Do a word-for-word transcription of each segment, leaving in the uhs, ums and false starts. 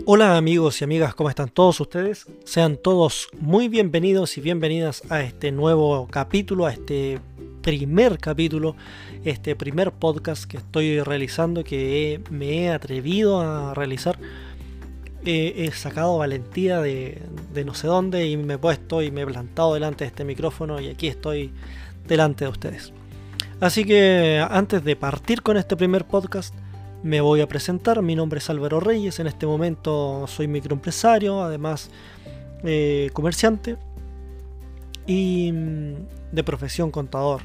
Hola amigos y amigas, ¿cómo están todos ustedes? Sean todos muy bienvenidos y bienvenidas a este nuevo capítulo, a este primer capítulo, este primer podcast que estoy realizando, que he- me he atrevido a realizar. He, he sacado valentía de, de no sé dónde y me he puesto y me he plantado delante de este micrófono y aquí estoy delante de ustedes. Así que antes de partir con este primer podcast, me voy a presentar. Mi nombre es Álvaro Reyes. En este momento soy microempresario, además eh, comerciante y mm, de profesión contador.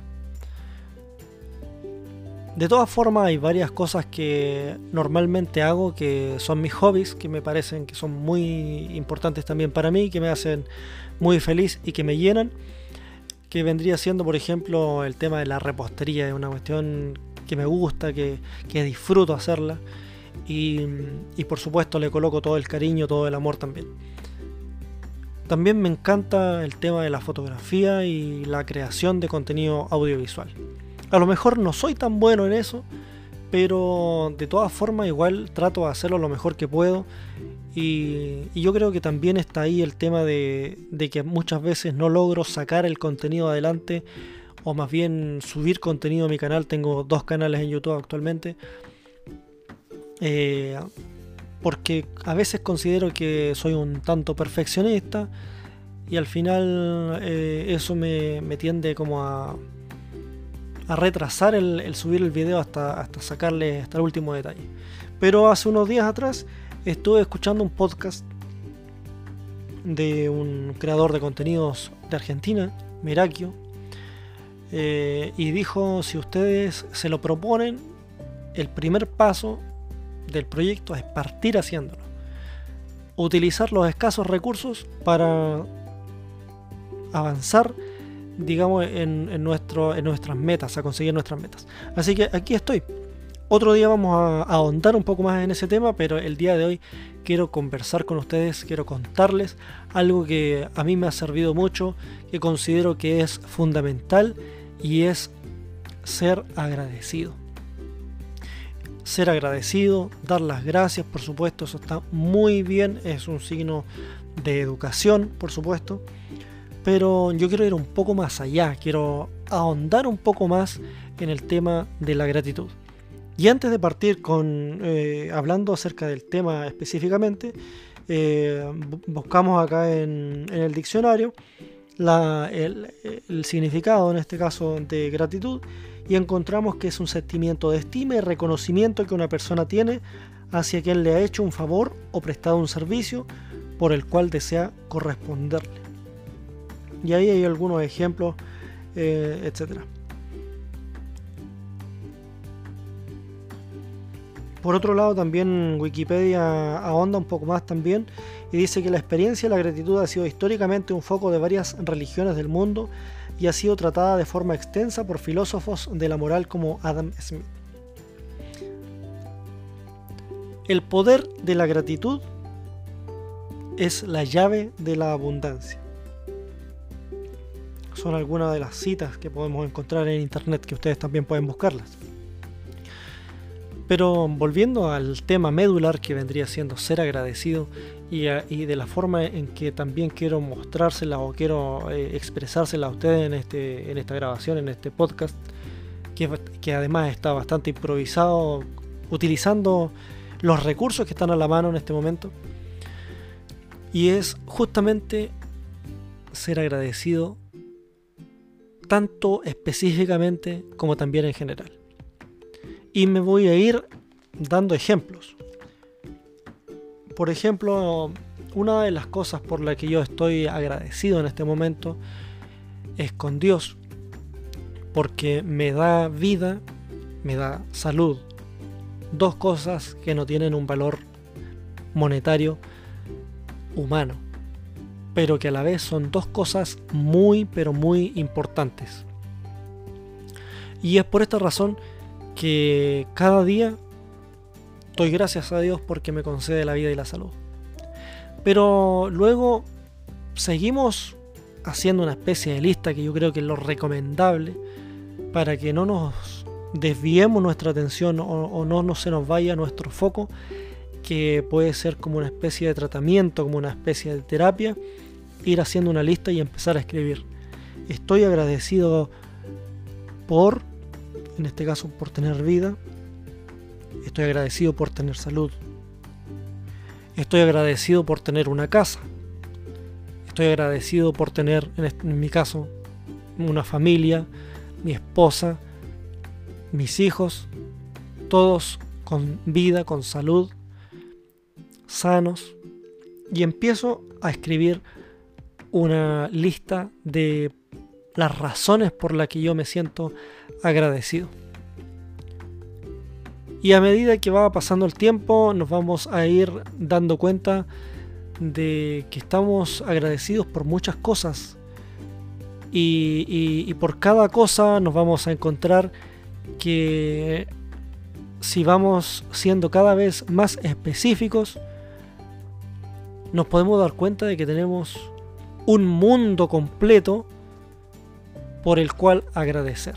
De todas formas, hay varias cosas que normalmente hago que son mis hobbies, que me parecen que son muy importantes también para mí, que me hacen muy feliz y que me llenan. Que vendría siendo, por ejemplo, el tema de la repostería. Es una cuestión que me gusta, que, que disfruto hacerla y, y por supuesto le coloco todo el cariño, todo el amor también. También me encanta el tema de la fotografía y la creación de contenido audiovisual. A lo mejor no soy tan bueno en eso, pero de todas formas igual trato de hacerlo lo mejor que puedo. Y, y yo creo que también está ahí el tema de, de que muchas veces no logro sacar el contenido adelante, o más bien subir contenido a mi canal. Tengo dos canales en YouTube actualmente, eh, porque a veces considero que soy un tanto perfeccionista y al final eh, eso me, me tiende como a, a retrasar el, el subir el video hasta, hasta sacarle hasta el último detalle. Pero hace unos días atrás estuve escuchando un podcast de un creador de contenidos de Argentina, Merakio, eh, y dijo: si ustedes se lo proponen, el primer paso del proyecto es partir haciéndolo, utilizar los escasos recursos para avanzar, digamos, en, en, nuestro, en nuestras metas, a conseguir nuestras metas. Así que aquí estoy. Otro día vamos a ahondar un poco más en ese tema, pero el día de hoy quiero conversar con ustedes, quiero contarles algo que a mí me ha servido mucho, que considero que es fundamental, y es ser agradecido. Ser agradecido, dar las gracias, por supuesto, eso está muy bien, es un signo de educación, por supuesto, pero yo quiero ir un poco más allá, quiero ahondar un poco más en el tema de la gratitud. Y antes de partir con eh, hablando acerca del tema específicamente, eh, buscamos acá en, en el diccionario la, el, el significado, en este caso, de gratitud, y encontramos que es un sentimiento de estima y reconocimiento que una persona tiene hacia quien le ha hecho un favor o prestado un servicio por el cual desea corresponderle. Y ahí hay algunos ejemplos, eh, etcétera. Por otro lado, también Wikipedia ahonda un poco más también y dice que la experiencia de la gratitud ha sido históricamente un foco de varias religiones del mundo y ha sido tratada de forma extensa por filósofos de la moral como Adam Smith. El poder de la gratitud es la llave de la abundancia. Son algunas de las citas que podemos encontrar en internet, que ustedes también pueden buscarlas. Pero volviendo al tema medular, que vendría siendo ser agradecido, y, a, y de la forma en que también quiero mostrársela o quiero eh, expresársela a ustedes en, este, en esta grabación, en este podcast, que, que además está bastante improvisado, utilizando los recursos que están a la mano en este momento, y es justamente ser agradecido, tanto específicamente como también en general. Y me voy a ir dando ejemplos. Por ejemplo, una de las cosas por las que yo estoy agradecido en este momento es con Dios, porque me da vida, me da salud. Dos cosas que no tienen un valor monetario humano, pero que a la vez son dos cosas muy, pero muy importantes. Y es por esta razón que cada día doy gracias a Dios porque me concede la vida y la salud. Pero luego seguimos haciendo una especie de lista que yo creo que es lo recomendable para que no nos desviemos nuestra atención o, o no, no se nos vaya nuestro foco que puede ser como una especie de tratamiento, como una especie de terapia, ir haciendo una lista y empezar a escribir. Estoy agradecido por, en este caso, por tener vida. Estoy agradecido por tener salud. Estoy agradecido por tener una casa. Estoy agradecido por tener, en, este, en mi caso, una familia, mi esposa, mis hijos, todos con vida, con salud, sanos. Y empiezo a escribir una lista de las razones por las que yo me siento agradecido. Y a medida que va pasando el tiempo, nos vamos a ir dando cuenta de que estamos agradecidos por muchas cosas. Y, y, y por cada cosa nos vamos a encontrar que si vamos siendo cada vez más específicos, nos podemos dar cuenta de que tenemos un mundo completo por el cual agradecer.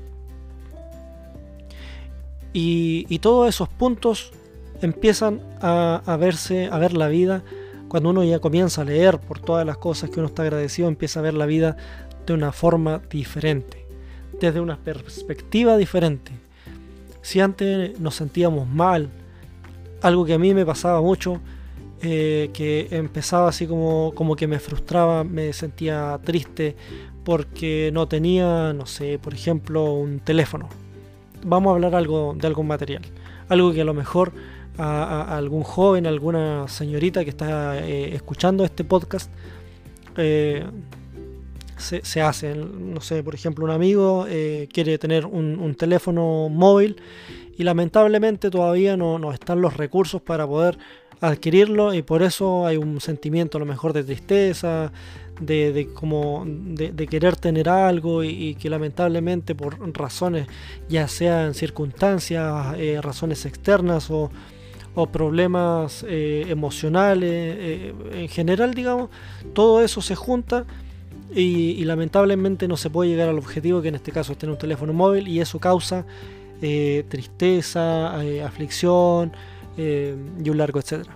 Y, y todos esos puntos empiezan a, a verse, a ver la vida, cuando uno ya comienza a leer por todas las cosas que uno está agradecido, empieza a ver la vida de una forma diferente, desde una perspectiva diferente. Si antes nos sentíamos mal, algo que a mí me pasaba mucho, eh, que empezaba así como, como que me frustraba, me sentía triste porque no tenía, no sé, por ejemplo, un teléfono. Vamos a hablar algo de algo material, algo que a lo mejor a, a, a algún joven, a alguna señorita que está eh, escuchando este podcast eh, se, se hace. No sé, por ejemplo, un amigo eh, quiere tener un, un teléfono móvil y lamentablemente todavía no, no están los recursos para poder adquirirlo, y por eso hay un sentimiento a lo mejor de tristeza, de, de, como, de, de querer tener algo, y, y que lamentablemente por razones, ya sean circunstancias, eh, razones externas o, o problemas eh, emocionales, eh, en general, digamos, todo eso se junta y, y lamentablemente no se puede llegar al objetivo, que en este caso es tener un teléfono móvil, y eso causa eh, tristeza, eh, aflicción, Eh, y un largo etcétera.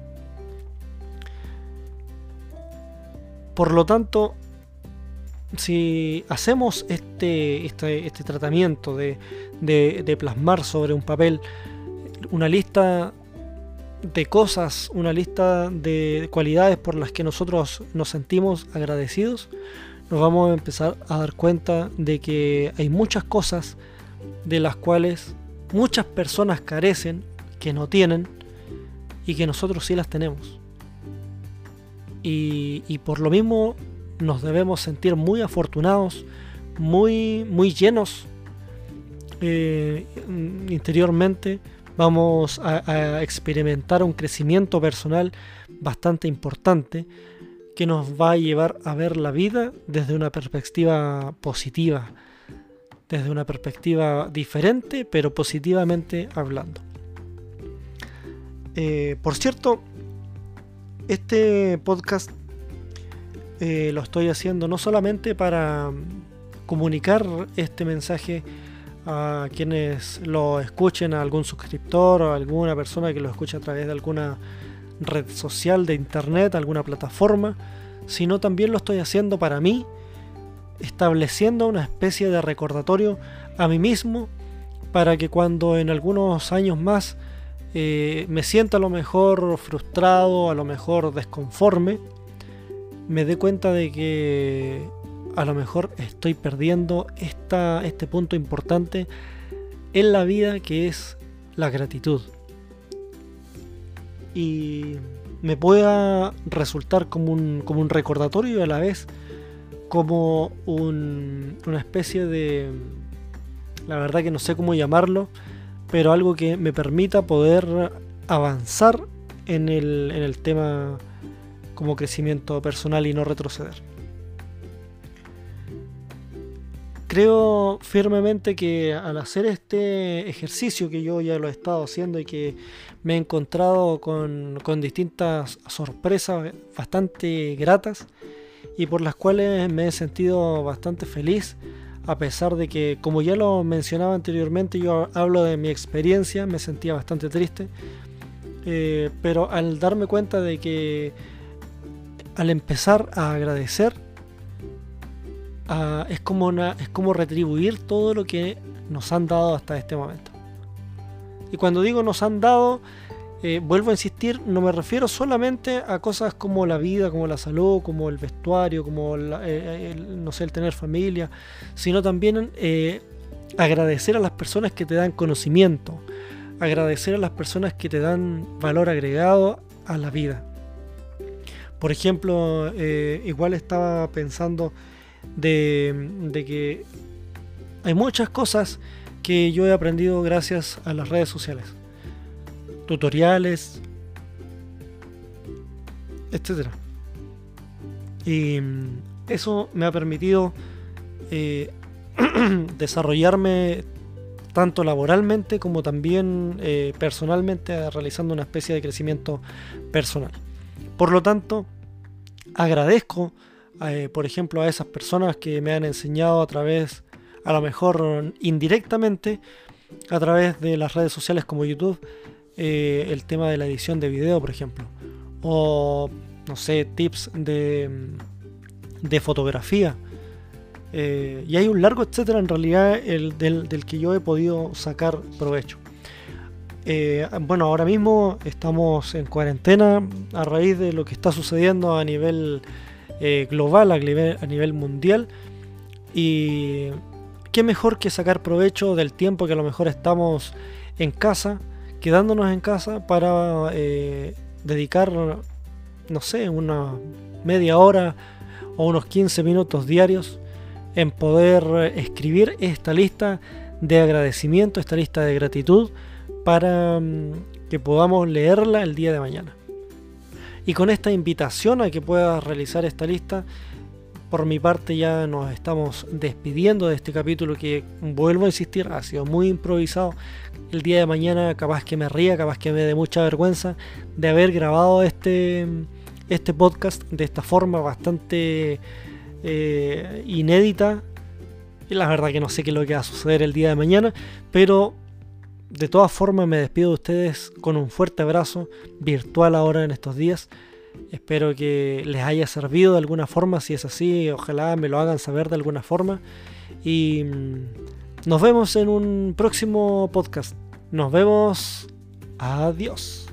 Por lo tanto, si hacemos este, este, este tratamiento de, de, de plasmar sobre un papel una lista de cosas, una lista de cualidades por las que nosotros nos sentimos agradecidos, nos vamos a empezar a dar cuenta de que hay muchas cosas de las cuales muchas personas carecen, que no tienen, y que nosotros sí las tenemos. Y, y por lo mismo nos debemos sentir muy afortunados, muy, muy llenos eh, interiormente. Vamos a, a experimentar un crecimiento personal bastante importante, que nos va a llevar a ver la vida desde una perspectiva positiva, desde una perspectiva diferente, pero positivamente hablando. Eh, por cierto, este podcast eh, lo estoy haciendo no solamente para comunicar este mensaje a quienes lo escuchen, a algún suscriptor o a alguna persona que lo escuche a través de alguna red social de internet, alguna plataforma, sino también lo estoy haciendo para mí, estableciendo una especie de recordatorio a mí mismo, para que cuando en algunos años más Eh, me siento a lo mejor frustrado, a lo mejor desconforme, me dé cuenta de que a lo mejor estoy perdiendo esta, este punto importante en la vida, que es la gratitud, y me pueda resultar como un, como un recordatorio, y a la vez como un, una especie de, la verdad que no sé cómo llamarlo, pero algo que me permita poder avanzar en el, en el tema como crecimiento personal y no retroceder. Creo firmemente que al hacer este ejercicio, que yo ya lo he estado haciendo y que me he encontrado con, con distintas sorpresas bastante gratas, y por las cuales me he sentido bastante feliz, a pesar de que, como ya lo mencionaba anteriormente, yo hablo de mi experiencia, me sentía bastante triste. eh, pero al darme cuenta de que al empezar a agradecer, a, es, como una, es como retribuir todo lo que nos han dado hasta este momento. Y cuando digo nos han dado, eh, vuelvo a insistir, no me refiero solamente a cosas como la vida, como la salud, como el vestuario, como la, eh, el, no sé, el tener familia, sino también eh, agradecer a las personas que te dan conocimiento, agradecer a las personas que te dan valor agregado a la vida. Por ejemplo, eh, igual estaba pensando de, de que hay muchas cosas que yo he aprendido gracias a las redes sociales, tutoriales, etcétera. Y eso me ha permitido eh, desarrollarme tanto laboralmente como también eh, personalmente, realizando una especie de crecimiento personal. Por lo tanto, agradezco, eh, por ejemplo, a esas personas que me han enseñado a través, a lo mejor indirectamente, a través de las redes sociales como YouTube, eh, el tema de la edición de video, por ejemplo, o, no sé, tips de, de fotografía. Eh, y hay un largo etcétera en realidad el, del, del que yo he podido sacar provecho. Eh, bueno, ahora mismo estamos en cuarentena a raíz de lo que está sucediendo a nivel eh, global, a nivel, a nivel mundial, y qué mejor que sacar provecho del tiempo que a lo mejor estamos en casa, quedándonos en casa para eh, dedicar, no sé, una media hora o unos quince minutos diarios en poder escribir esta lista de agradecimiento, esta lista de gratitud, para que podamos leerla el día de mañana. Y con esta invitación a que puedas realizar esta lista, por mi parte ya nos estamos despidiendo de este capítulo que, vuelvo a insistir, ha sido muy improvisado. El día de mañana capaz que me ría, capaz que me dé mucha vergüenza de haber grabado este, este podcast de esta forma bastante eh, inédita. Y la verdad que no sé qué es lo que va a suceder el día de mañana, pero de todas formas me despido de ustedes con un fuerte abrazo virtual ahora en estos días. Espero que les haya servido de alguna forma. Si es así, ojalá me lo hagan saber de alguna forma. Y nos vemos en un próximo podcast. Nos vemos. Adiós.